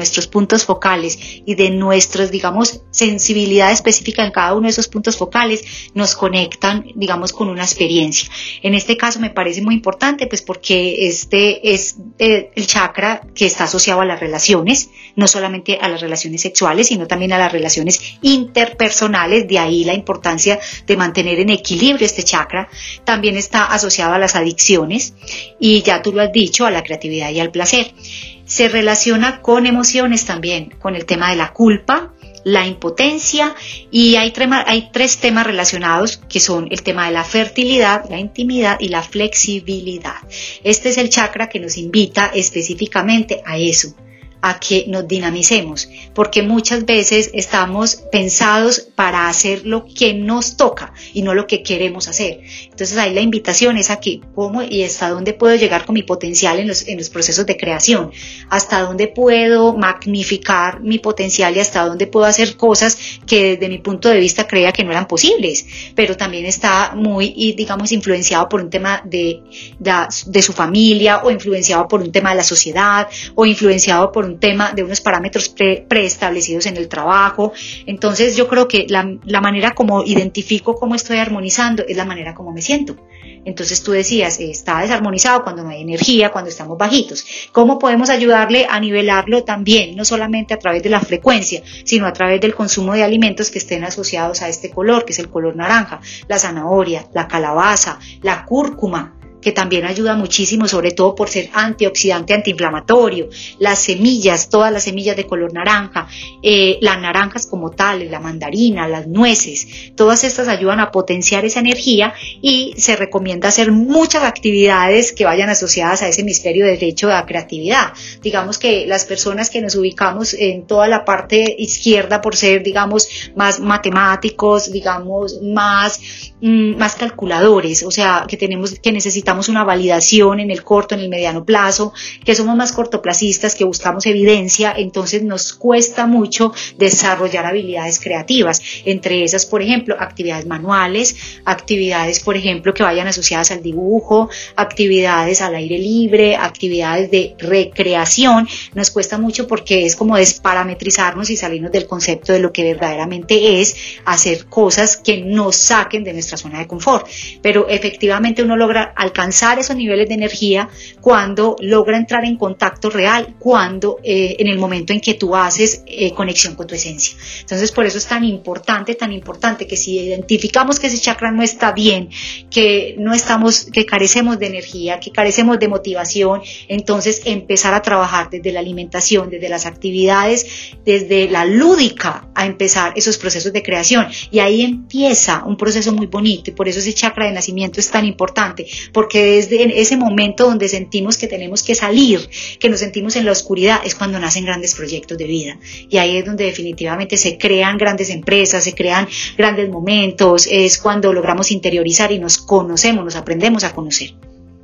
nuestros puntos focales y de nuestros, digamos, sensibilidad específica en cada uno de esos puntos focales nos conectan, digamos, con una experiencia. En este caso me parece muy importante, pues porque este es eh, el chakra que está asociado a las relaciones, no solamente a las relaciones sexuales, sino también a las relaciones interpersonales, de ahí la importancia de mantener en equilibrio este chakra. También está asociado a las adicciones y ya tú lo has dicho, a la creatividad y al placer. Se relaciona con emociones también, con el tema de la culpa, la impotencia, y hay, trema, hay tres temas relacionados que son el tema de la fertilidad, la intimidad y la flexibilidad. Este es el chakra que nos invita específicamente a eso, a que nos dinamicemos, porque muchas veces estamos pensados para hacer lo que nos toca y no lo que queremos hacer. Entonces ahí la invitación es a que cómo y hasta dónde puedo llegar con mi potencial en los, en los procesos de creación, hasta dónde puedo magnificar mi potencial y hasta dónde puedo hacer cosas que desde mi punto de vista creía que no eran posibles, pero también está muy, digamos, influenciado por un tema de, de, de su familia, o influenciado por un tema de la sociedad, o influenciado por un tema de unos parámetros pre, preestablecidos en el trabajo. Entonces yo creo que la, la manera como identifico cómo estoy armonizando es la manera como me siento. Entonces tú decías, eh, está desarmonizado cuando no hay energía, cuando estamos bajitos. ¿Cómo podemos ayudarle a nivelarlo también? No solamente a través de la frecuencia, sino a través del consumo de alimentos que estén asociados a este color, que es el color naranja, la zanahoria, la calabaza, la cúrcuma, que también ayuda muchísimo, sobre todo por ser antioxidante, antiinflamatorio, las semillas, todas las semillas de color naranja, eh, las naranjas como tales, la mandarina, las nueces, todas estas ayudan a potenciar esa energía, y se recomienda hacer muchas actividades que vayan asociadas a ese hemisferio derecho de la creatividad. Digamos que las personas que nos ubicamos en toda la parte izquierda por ser, digamos, más matemáticos, digamos, más, mmm, más calculadores, o sea, que tenemos, que necesitamos una validación en el corto, en el mediano plazo, que somos más cortoplacistas, que buscamos evidencia, entonces nos cuesta mucho desarrollar habilidades creativas, entre esas, por ejemplo, actividades manuales, actividades, por ejemplo, que vayan asociadas al dibujo, actividades al aire libre, actividades de recreación. Nos cuesta mucho porque es como desparametrizarnos y salirnos del concepto de lo que verdaderamente es hacer cosas que nos saquen de nuestra zona de confort, pero efectivamente uno logra alcanzar alcanzar esos niveles de energía cuando logra entrar en contacto real, cuando eh, en el momento en que tú haces eh, conexión con tu esencia. Entonces por eso es tan importante, tan importante que si identificamos que ese chakra no está bien, que no estamos, que carecemos de energía, que carecemos de motivación, entonces empezar a trabajar desde la alimentación, desde las actividades, desde la lúdica, a empezar esos procesos de creación, y ahí empieza un proceso muy bonito, y por eso ese chakra de nacimiento es tan importante, porque desde ese momento donde sentimos que tenemos que salir, que nos sentimos en la oscuridad, es cuando nacen grandes proyectos de vida, y ahí es donde definitivamente se crean grandes empresas, se crean grandes momentos, es cuando logramos interiorizar y nos conocemos, nos aprendemos a conocer.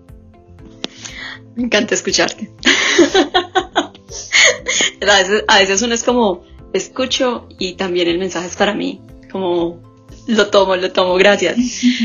Me encanta escucharte. a, veces, a veces uno es como, escucho y también el mensaje es para mí, como lo tomo, lo tomo, gracias.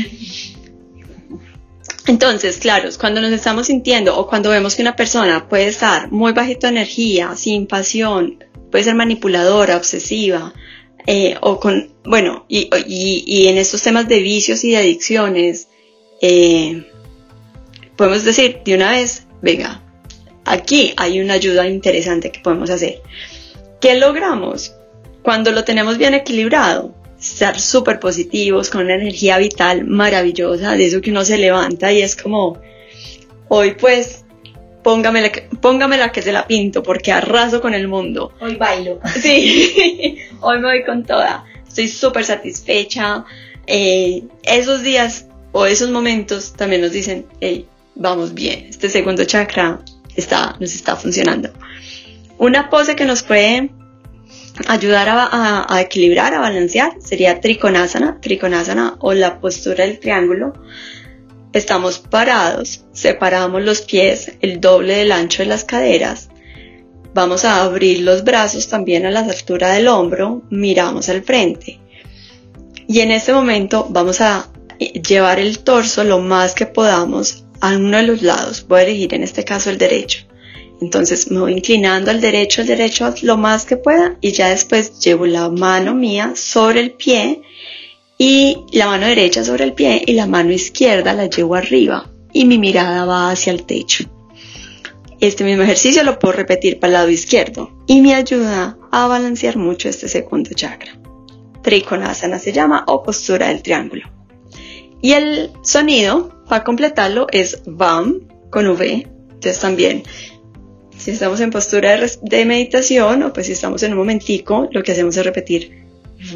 Entonces, claro, cuando nos estamos sintiendo o cuando vemos que una persona puede estar muy bajito de energía, sin pasión, puede ser manipuladora, obsesiva, eh, o con, bueno, y, y, y en estos temas de vicios y de adicciones, eh, podemos decir de una vez, venga, aquí hay una ayuda interesante que podemos hacer. ¿Qué logramos? Cuando lo tenemos bien equilibrado, estar súper positivos, con una energía vital maravillosa, de eso que uno se levanta y es como, hoy pues, póngamela, póngamela que se la pinto, porque arraso con el mundo. Hoy bailo. Sí, hoy me voy con toda. Estoy súper satisfecha. Eh, esos días o esos momentos también nos dicen, hey, vamos bien, este segundo chakra está, nos está funcionando. Una pose que nos puede ayudar a, a, a equilibrar, a balancear, sería Trikonasana, Trikonasana o la postura del triángulo. Estamos parados, separamos los pies el doble del ancho de las caderas, vamos a abrir los brazos también a la altura del hombro, miramos al frente y en este momento vamos a llevar el torso lo más que podamos a uno de los lados. Voy a elegir en este caso el derecho. Entonces me voy inclinando al derecho, al derecho lo más que pueda y ya después llevo la mano mía sobre el pie y la mano derecha sobre el pie y la mano izquierda la llevo arriba y mi mirada va hacia el techo. Este mismo ejercicio lo puedo repetir para el lado izquierdo y me ayuda a balancear mucho este segundo chakra. Trikonasana se llama, o postura del triángulo. Y el sonido, para completarlo, es VAM con V. Entonces también, si estamos en postura de, de meditación o pues si estamos en un momentico, lo que hacemos es repetir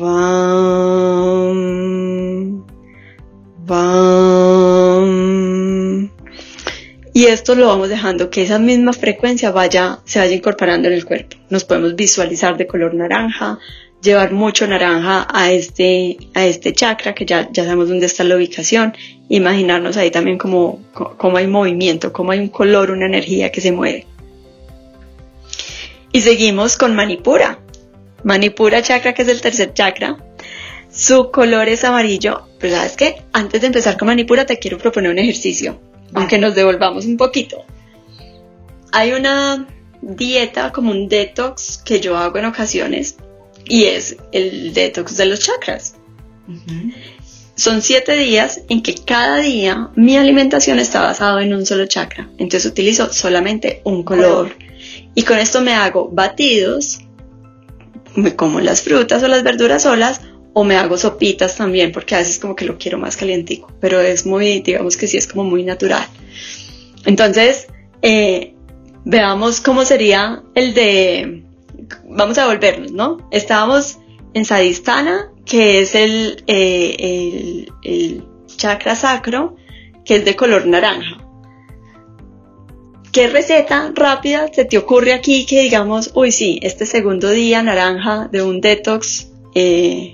VAM, VAM. Y esto lo vamos dejando que esa misma frecuencia vaya, se vaya incorporando en el cuerpo. Nos podemos visualizar de color naranja, llevar mucho naranja a este, a este chakra, que ya, ya sabemos dónde está la ubicación. Imaginarnos ahí también como, como hay movimiento, como hay un color, una energía que se mueve. Y seguimos con Manipura. Manipura chakra, que es el tercer chakra. Su color es amarillo. Pero ¿sabes qué? Antes de empezar con Manipura te quiero proponer un ejercicio. Aunque nos devolvamos un poquito. Hay una dieta, como un detox que yo hago en ocasiones y es el detox de los chakras. Uh-huh. Son siete días en que cada día mi alimentación está basada en un solo chakra. Entonces utilizo solamente un color. Y con esto me hago batidos, me como las frutas o las verduras solas, o me hago sopitas también, porque a veces como que lo quiero más calientico, pero es muy, digamos que sí es como muy natural. Entonces, eh, veamos cómo sería el de, vamos a volvernos, ¿no? Estábamos en Sadhisthana, que es el, eh, el, el chakra sacro, que es de color naranja. ¿Qué receta rápida se te ocurre aquí que digamos, uy sí, este segundo día naranja de un detox, eh,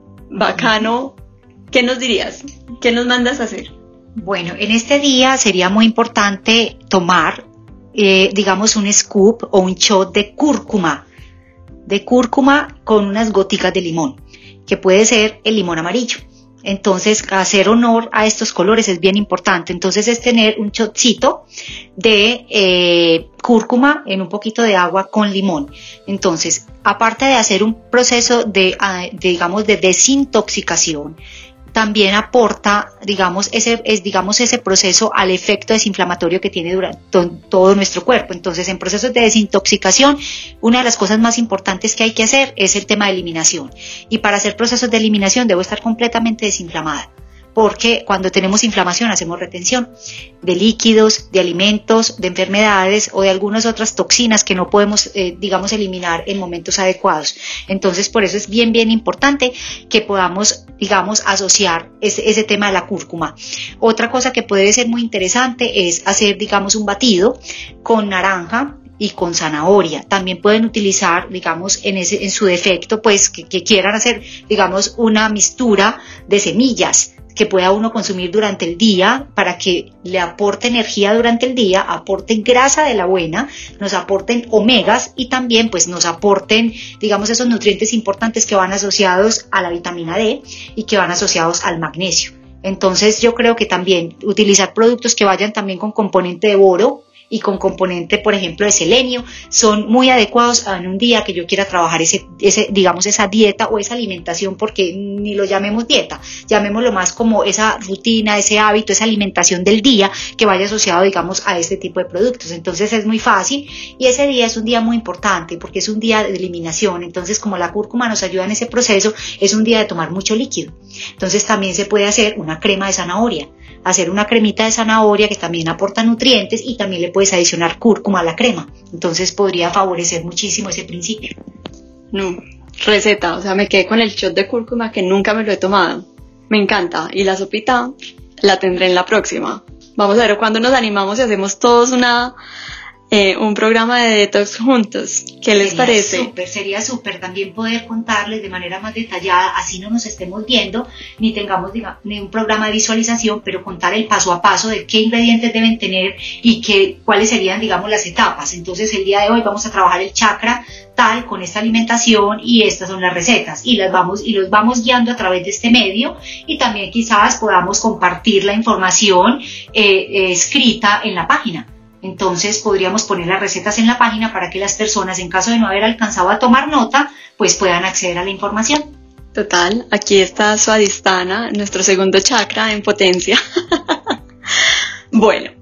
bacano, ¿qué nos dirías? ¿Qué nos mandas a hacer? Bueno, en este día sería muy importante tomar, eh, digamos, un scoop o un shot de cúrcuma, de cúrcuma con unas goticas de limón, que puede ser el limón amarillo. Entonces, hacer honor a estos colores es bien importante. Entonces, es tener un shotcito de eh, cúrcuma en un poquito de agua con limón. Entonces, aparte de hacer un proceso de, de digamos, de desintoxicación, también aporta, digamos, ese, es, digamos, ese proceso al efecto desinflamatorio que tiene durante to- todo nuestro cuerpo. Entonces, en procesos de desintoxicación, una de las cosas más importantes que hay que hacer es el tema de eliminación. Y para hacer procesos de eliminación debo estar completamente desinflamada, porque cuando tenemos inflamación hacemos retención de líquidos, de alimentos, de enfermedades o de algunas otras toxinas que no podemos, eh, digamos, eliminar en momentos adecuados. Entonces, por eso es bien, bien importante que podamos, digamos, asociar ese, ese tema de la cúrcuma. Otra cosa que puede ser muy interesante es hacer, digamos, un batido con naranja y con zanahoria. También pueden utilizar, digamos, en, ese, en su defecto, pues, que, que quieran hacer, digamos, una mixtura de semillas que pueda uno consumir durante el día para que le aporte energía durante el día, aporten grasa de la buena, nos aporten omegas y también pues nos aporten, digamos, esos nutrientes importantes que van asociados a la vitamina D y que van asociados al magnesio. Entonces yo creo que también utilizar productos que vayan también con componente de boro y con componente, por ejemplo, de selenio, son muy adecuados en un día que yo quiera trabajar ese, ese, digamos, esa dieta o esa alimentación, porque ni lo llamemos dieta, llamémoslo más como esa rutina, ese hábito, esa alimentación del día que vaya asociado, digamos, a este tipo de productos. Entonces es muy fácil y ese día es un día muy importante porque es un día de eliminación. Entonces, como la cúrcuma nos ayuda en ese proceso, es un día de tomar mucho líquido. Entonces también se puede hacer una crema de zanahoria, hacer una cremita de zanahoria que también aporta nutrientes y también le puedes adicionar cúrcuma a la crema. Entonces podría favorecer muchísimo ese principio. No, receta, o sea, me quedé con el shot de cúrcuma que nunca me lo he tomado. Me encanta. Y la sopita la tendré en la próxima. Vamos a ver cuándo nos animamos y hacemos todos una... Eh, un programa de detox juntos. ¿Qué les sería parece? Súper, sería súper también poder contarles de manera más detallada, así no nos estemos viendo, ni tengamos digamos, ni un programa de visualización, pero contar el paso a paso de qué ingredientes deben tener y qué, cuáles serían, digamos, las etapas. Entonces el día de hoy vamos a trabajar el chakra tal con esta alimentación y estas son las recetas y las vamos y los vamos guiando a través de este medio y también quizás podamos compartir la información eh, eh, escrita en la página. Entonces podríamos poner las recetas en la página para que las personas, en caso de no haber alcanzado a tomar nota, pues puedan acceder a la información. Total, aquí está Swadhisthana, nuestro segundo chakra en potencia. Bueno,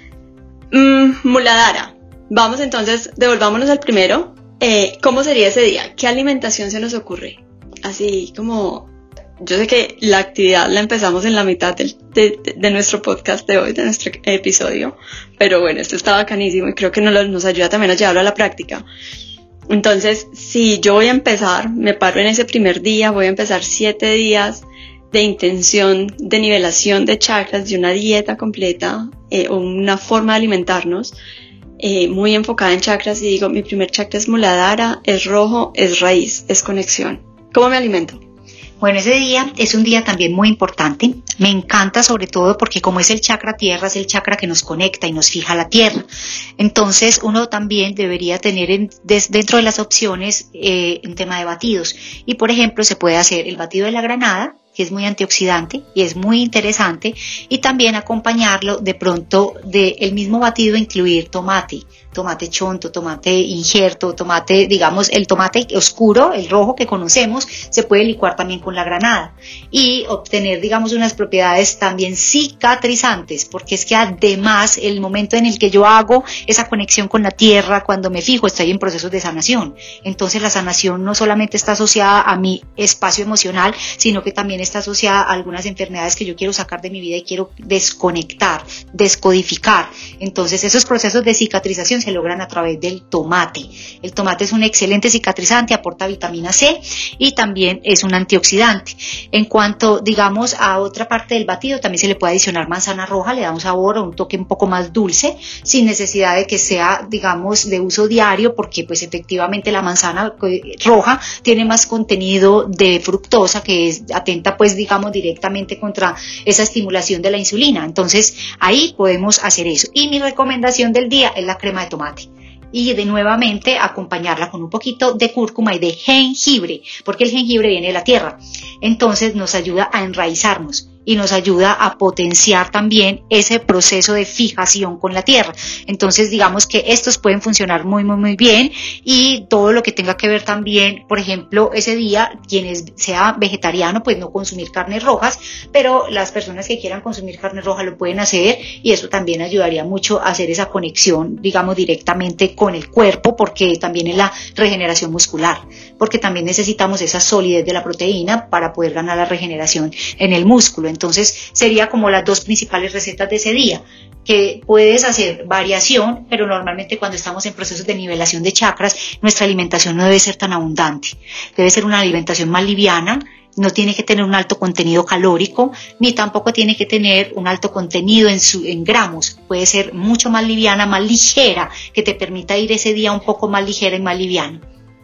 mmm, Muladhara, vamos entonces, devolvámonos al primero. Eh, ¿Cómo sería ese día? ¿Qué alimentación se nos ocurre? Así como, yo sé que la actividad la empezamos en la mitad del, de, de, de nuestro podcast de hoy, de nuestro episodio, pero bueno, esto está bacanísimo y creo que nos, nos ayuda también a llevarlo a la práctica. Entonces, si yo voy a empezar, me paro en ese primer día, voy a empezar siete días de intención, de nivelación de chakras, de una dieta completa, eh, o una forma de alimentarnos, eh, muy enfocada en chakras, y digo, mi primer chakra es Muladhara, es rojo, es raíz, es conexión. ¿Cómo me alimento? Bueno, ese día es un día también muy importante. Me encanta sobre todo porque como es el chakra tierra, es el chakra que nos conecta y nos fija a la tierra. Entonces uno también debería tener en, des, dentro de las opciones eh, un tema de batidos. Y por ejemplo se puede hacer el batido de la granada, que es muy antioxidante y es muy interesante, y también acompañarlo de pronto del mismo batido, incluir tomate, tomate chonto, tomate injerto, tomate, digamos, el tomate oscuro, el rojo que conocemos, se puede licuar también con la granada y obtener, digamos, unas propiedades también cicatrizantes, porque es que además el momento en el que yo hago esa conexión con la tierra, cuando me fijo, estoy en procesos de sanación. Entonces la sanación no solamente está asociada a mi espacio emocional, sino que también está asociada a algunas enfermedades que yo quiero sacar de mi vida y quiero desconectar, descodificar. Entonces esos procesos de cicatrización se logran a través del tomate. El tomate es un excelente cicatrizante, aporta vitamina C y también es un antioxidante. En cuanto, digamos, a otra parte del batido, también se le puede adicionar manzana roja, le da un sabor o un toque un poco más dulce, sin necesidad de que sea, digamos, de uso diario, porque pues efectivamente la manzana roja tiene más contenido de fructosa, que es atenta pues digamos directamente contra esa estimulación de la insulina. Entonces ahí podemos hacer eso. Y mi recomendación del día es la crema de tomate. Y de nuevamente acompañarla con un poquito de cúrcuma y de jengibre, porque el jengibre viene de la tierra. Entonces nos ayuda a enraizarnos y nos ayuda a potenciar también ese proceso de fijación con la tierra. Entonces digamos que estos pueden funcionar muy muy muy bien, y todo lo que tenga que ver también, por ejemplo, ese día, quienes sea vegetariano, pues no consumir carnes rojas, pero las personas que quieran consumir carne roja lo pueden hacer, y eso también ayudaría mucho a hacer esa conexión, digamos, directamente con el cuerpo, porque también es la regeneración muscular, porque también necesitamos esa solidez de la proteína para poder ganar la regeneración en el músculo. Entonces sería como las dos principales recetas de ese día, que puedes hacer variación, pero normalmente cuando estamos en procesos de nivelación de chakras, nuestra alimentación no debe ser tan abundante, debe ser una alimentación más liviana. No tiene que tener un alto contenido calórico, ni tampoco tiene que tener un alto contenido en, su, en gramos. Puede ser mucho más liviana, más ligera, que te permita ir ese día un poco más ligera y más liviano.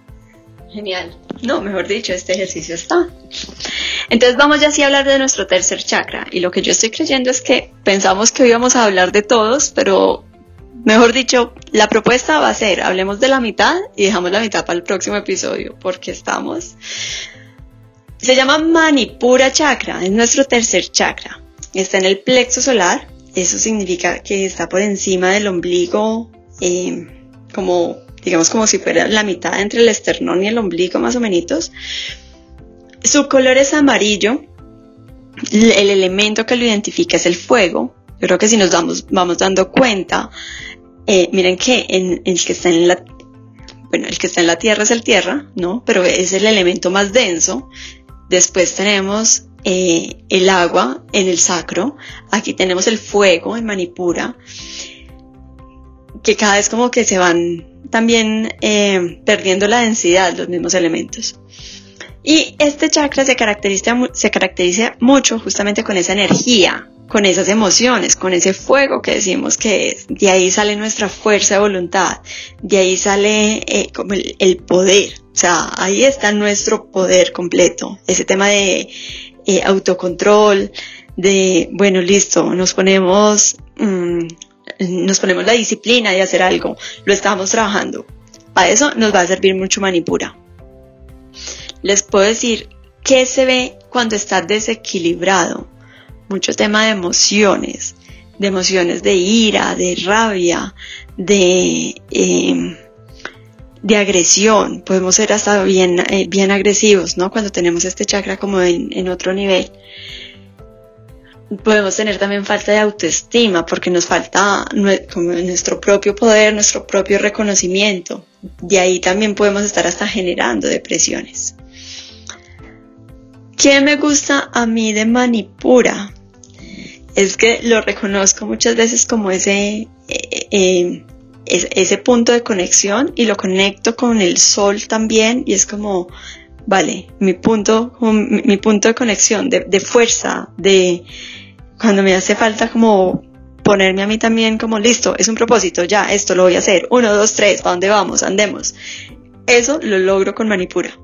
Genial. No, mejor dicho, este ejercicio está. Entonces vamos ya así a hablar de nuestro tercer chakra. Y lo que yo estoy creyendo es que pensamos que hoy íbamos a hablar de todos, pero mejor dicho, la propuesta va a ser, hablemos de la mitad y dejamos la mitad para el próximo episodio, porque estamos... Se llama Manipura Chakra, es nuestro tercer chakra. Está en el plexo solar, eso significa que está por encima del ombligo, eh, como... digamos como si fuera la mitad entre el esternón y el ombligo más o menos. Su color es amarillo, el elemento que lo identifica es el fuego. Yo creo que si nos damos, vamos dando cuenta, eh, miren que en, el que está en la, bueno, el que está en la tierra es el tierra, ¿no? Pero es el elemento más denso. Después tenemos eh, el agua en el sacro, aquí tenemos el fuego en Manipura, que cada vez como que se van también eh, perdiendo la densidad, los mismos elementos. Y este chakra se caracteriza, se caracteriza mucho justamente con esa energía, con esas emociones, con ese fuego que decimos que es. De ahí sale nuestra fuerza de voluntad, de ahí sale eh, como el, el poder, o sea, ahí está nuestro poder completo, ese tema de eh, autocontrol, de, bueno, listo, nos ponemos... Mmm, nos ponemos la disciplina de hacer algo, lo estamos trabajando. Para eso nos va a servir mucho Manipura. Les puedo decir qué se ve cuando está desequilibrado. Mucho tema de emociones, de emociones de ira, de rabia, de, eh, de agresión. Podemos ser hasta bien, eh, bien agresivos, ¿no? Cuando tenemos este chakra como en, en otro nivel. Podemos tener también falta de autoestima porque nos falta como nuestro propio poder, nuestro propio reconocimiento. De ahí también podemos estar hasta generando depresiones. ¿Qué me gusta a mí de Manipura? Es que lo reconozco muchas veces como ese, eh, eh, ese punto de conexión y lo conecto con el sol también y es como, vale, mi punto, mi, mi punto de conexión, de, de fuerza, de cuando me hace falta como ponerme a mí también como listo, es un propósito, ya, esto lo voy a hacer, uno, dos, tres, ¿para dónde vamos? Andemos. Eso lo logro con Manipura.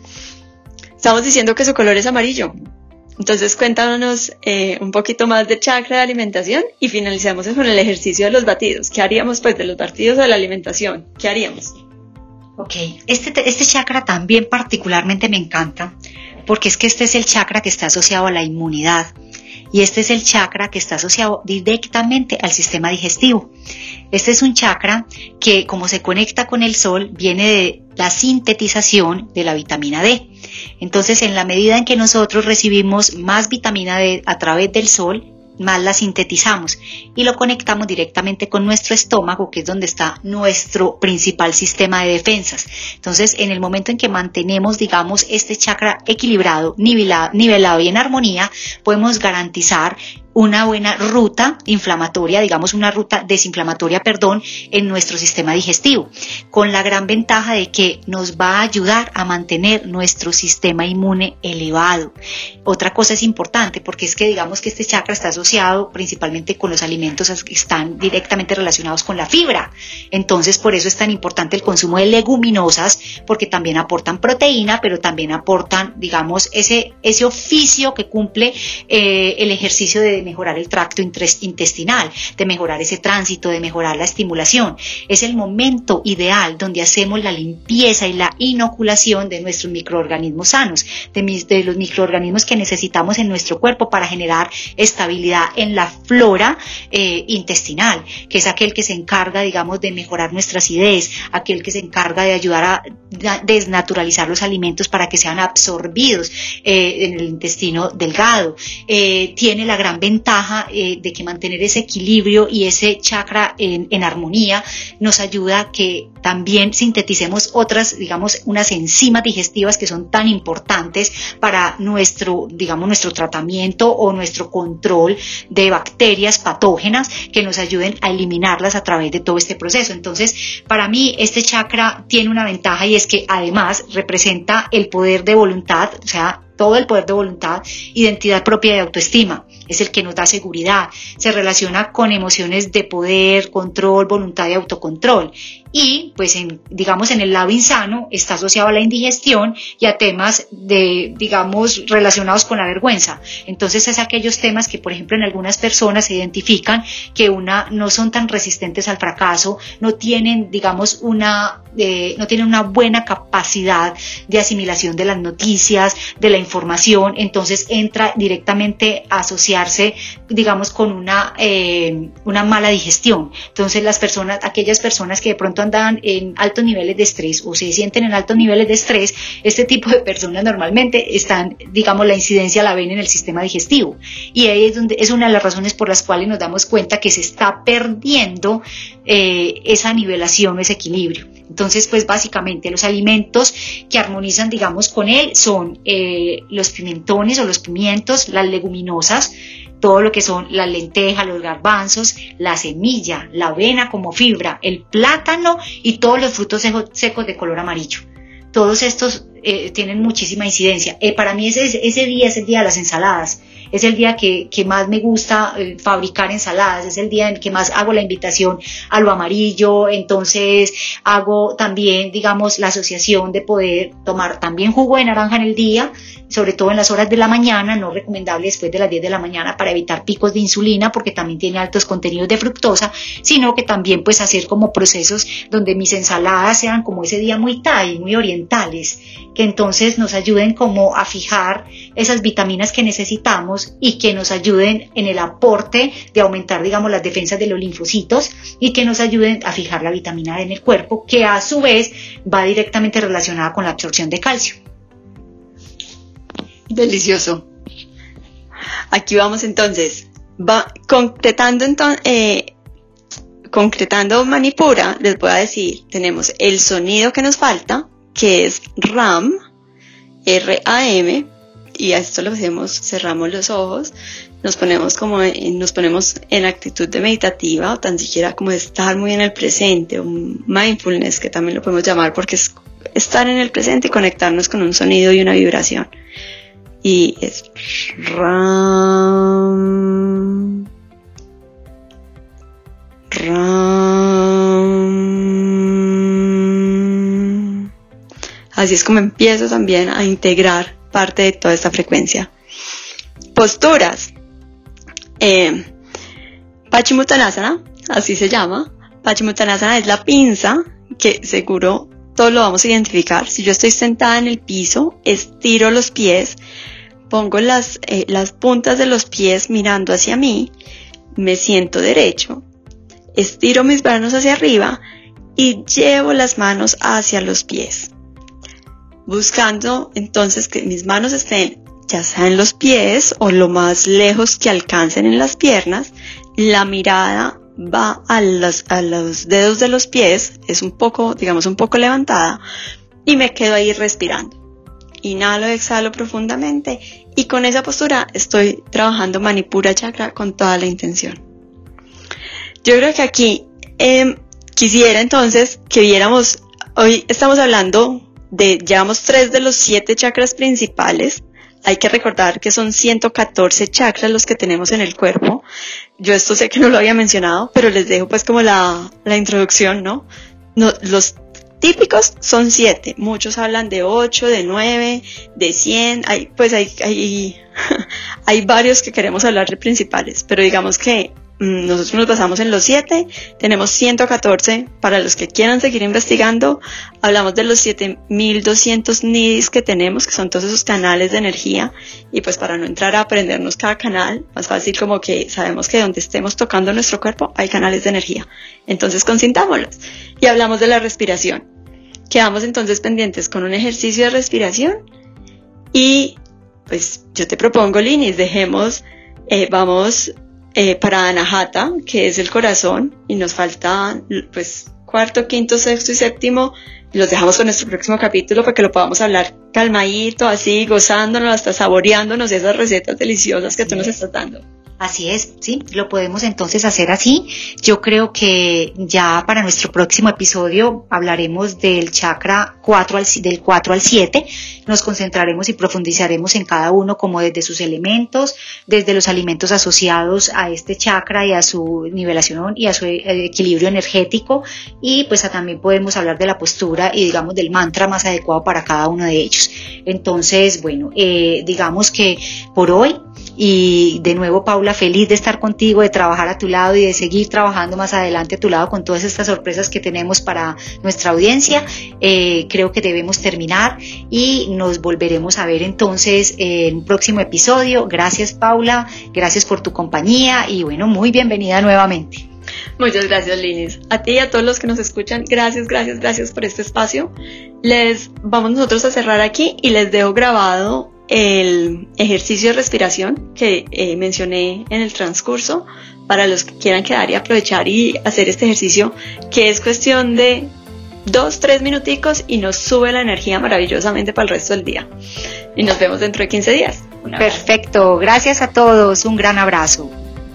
Estamos diciendo que su color es amarillo. Entonces cuéntanos eh, un poquito más de chakra de alimentación y finalizamos con el ejercicio de los batidos. ¿Qué haríamos pues de los batidos de la alimentación? ¿Qué haríamos? Ok, este, este chakra también particularmente me encanta porque es que este es el chakra que está asociado a la inmunidad y este es el chakra que está asociado directamente al sistema digestivo. Este es un chakra que, como se conecta con el sol, viene de la sintetización de la vitamina D. Entonces, en la medida en que nosotros recibimos más vitamina D a través del sol, más la sintetizamos y lo conectamos directamente con nuestro estómago, que es donde está nuestro principal sistema de defensas. Entonces, en el momento en que mantenemos, digamos, este chakra equilibrado, nivelado, nivelado y en armonía, podemos garantizar una buena ruta inflamatoria, digamos una ruta desinflamatoria, perdón, en nuestro sistema digestivo, con la gran ventaja de que nos va a ayudar a mantener nuestro sistema inmune elevado. Otra cosa es importante porque es que digamos que este chakra está asociado principalmente con los alimentos que están directamente relacionados con la fibra. Entonces, por eso es tan importante el consumo de leguminosas, porque también aportan proteína, pero también aportan, digamos, ese, ese oficio que cumple eh, el ejercicio de mejorar el tracto intestinal, de mejorar ese tránsito, de mejorar la estimulación. Es el momento ideal donde hacemos la limpieza y la inoculación de nuestros microorganismos sanos, de, mis, de los microorganismos que necesitamos en nuestro cuerpo para generar estabilidad en la flora eh, intestinal, que es aquel que se encarga, digamos, de mejorar nuestra acidez, aquel que se encarga de ayudar a desnaturalizar los alimentos para que sean absorbidos eh, en el intestino delgado. Eh, tiene la gran ventaja eh, de que mantener ese equilibrio y ese chakra en, en armonía nos ayuda a que también sinteticemos otras, digamos, unas enzimas digestivas que son tan importantes para nuestro, digamos, nuestro tratamiento o nuestro control de bacterias patógenas que nos ayuden a eliminarlas a través de todo este proceso. Entonces, para mí, este chakra tiene una ventaja y es que además representa el poder de voluntad, o sea, todo el poder de voluntad, identidad propia y autoestima. Es el que nos da seguridad, se relaciona con emociones de poder, control, voluntad y autocontrol. Y, pues, en, digamos, en el lado insano está asociado a la indigestión y a temas de, digamos, relacionados con la vergüenza. Entonces, es aquellos temas que, por ejemplo, en algunas personas se identifican que una no son tan resistentes al fracaso, no tienen, digamos, una, eh, no tienen una buena capacidad de asimilación de las noticias, de la información. Entonces, entra directamente a asociarse, digamos, con una, eh, una mala digestión. Entonces, las personas, aquellas personas que de pronto andan en altos niveles de estrés o se sienten en altos niveles de estrés, este tipo de personas normalmente están, digamos, la incidencia la ven en el sistema digestivo, y ahí es donde es una de las razones por las cuales nos damos cuenta que se está perdiendo eh, esa nivelación, ese equilibrio. Entonces, pues básicamente los alimentos que armonizan, digamos, con él son eh, los pimentones o los pimientos, las leguminosas, todo lo que son las lentejas, los garbanzos, la semilla, la avena como fibra, el plátano y todos los frutos secos, secos de color amarillo. Todos estos eh, tienen muchísima incidencia. Eh, para mí ese, ese día es el día de las ensaladas. Es el día que, que más me gusta eh, fabricar ensaladas, es el día en que más hago la invitación a lo amarillo. Entonces hago también, digamos, la asociación de poder tomar también jugo de naranja en el día, sobre todo en las horas de la mañana, no recomendable después de las diez de la mañana para evitar picos de insulina porque también tiene altos contenidos de fructosa, sino que también pues hacer como procesos donde mis ensaladas sean como ese día muy Thai, muy orientales, que entonces nos ayuden como a fijar esas vitaminas que necesitamos y que nos ayuden en el aporte de aumentar, digamos, las defensas de los linfocitos y que nos ayuden a fijar la vitamina D en el cuerpo, que a su vez va directamente relacionada con la absorción de calcio. Delicioso. Aquí vamos entonces, va, concretando, entonces, eh, concretando Manipura, les voy a decir, tenemos el sonido que nos falta, que es RAM, R A M, y a esto lo hacemos, cerramos los ojos, nos ponemos como en, nos ponemos en actitud de meditativa, o tan siquiera como de estar muy en el presente, un mindfulness que también lo podemos llamar, porque es estar en el presente y conectarnos con un sonido y una vibración. Y es Ram, Ram. Así es como empiezo también a integrar parte de toda esta frecuencia. Posturas. Eh, Paschimottanasana, así se llama. Paschimottanasana es la pinza que seguro todos lo vamos a identificar. Si yo estoy sentada en el piso, estiro los pies, pongo las, eh, las puntas de los pies mirando hacia mí, me siento derecho, estiro mis manos hacia arriba y llevo las manos hacia los pies, buscando entonces que mis manos estén ya sea en los pies o lo más lejos que alcancen en las piernas. La mirada va a los, a los dedos de los pies, es un poco, digamos, un poco levantada, y me quedo ahí respirando. Inhalo, exhalo profundamente y con esa postura estoy trabajando Manipura Chakra con toda la intención. Yo creo que aquí eh, quisiera entonces que viéramos, hoy estamos hablando de, llevamos tres de los siete chakras principales. Hay que recordar que son ciento catorce chakras los que tenemos en el cuerpo. Yo esto sé que no lo había mencionado, pero les dejo pues como la, la introducción, ¿no? No, los típicos son siete, muchos hablan de ocho, de nueve, de cien, hay, pues hay, hay, hay varios que queremos hablar de principales, pero digamos que mmm, nosotros nos basamos en los siete, tenemos ciento catorce, para los que quieran seguir investigando, hablamos de los siete mil doscientos nidis que tenemos, que son todos esos canales de energía, y pues para no entrar a aprendernos cada canal, más fácil como que sabemos que donde estemos tocando nuestro cuerpo hay canales de energía, entonces consintámoslos, y hablamos de la respiración. Quedamos entonces pendientes con un ejercicio de respiración y pues yo te propongo, Linis, dejemos, eh, vamos eh, para Anahata, que es el corazón, y nos falta pues cuarto, quinto, sexto y séptimo, los dejamos con nuestro próximo capítulo para que lo podamos hablar calmadito, así, gozándonos, hasta saboreándonos esas recetas deliciosas que tú nos estás dando. Así es, sí, lo podemos entonces hacer así. Yo creo que ya para nuestro próximo episodio hablaremos del chakra cuatro al, del cuatro al siete. Nos concentraremos y profundizaremos en cada uno como desde sus elementos, desde los alimentos asociados a este chakra y a su nivelación y a su equilibrio energético, y pues también podemos hablar de la postura y digamos del mantra más adecuado para cada uno de ellos. Entonces, bueno, eh, digamos que por hoy, y de nuevo, Paula, feliz de estar contigo, de trabajar a tu lado y de seguir trabajando más adelante a tu lado con todas estas sorpresas que tenemos para nuestra audiencia. Eh, creo que debemos terminar y nos volveremos a ver entonces en un próximo episodio. Gracias, Paula, gracias por tu compañía y bueno, muy bienvenida nuevamente. Muchas gracias, Linis. A ti y a todos los que nos escuchan, gracias, gracias, gracias por este espacio. Les vamos nosotros a cerrar aquí y les dejo grabado el ejercicio de respiración que eh, mencioné en el transcurso para los que quieran quedar y aprovechar y hacer este ejercicio, que es cuestión de dos, tres minuticos y nos sube la energía maravillosamente para el resto del día. Y nos vemos dentro de quince días. Perfecto, gracias a todos, un gran abrazo.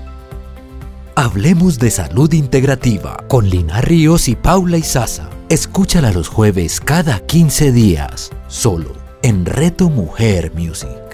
Hablemos de salud integrativa con Lina Ríos y Paula Izaza. Escúchala los jueves cada quince días, solo en Reto Mujer Music.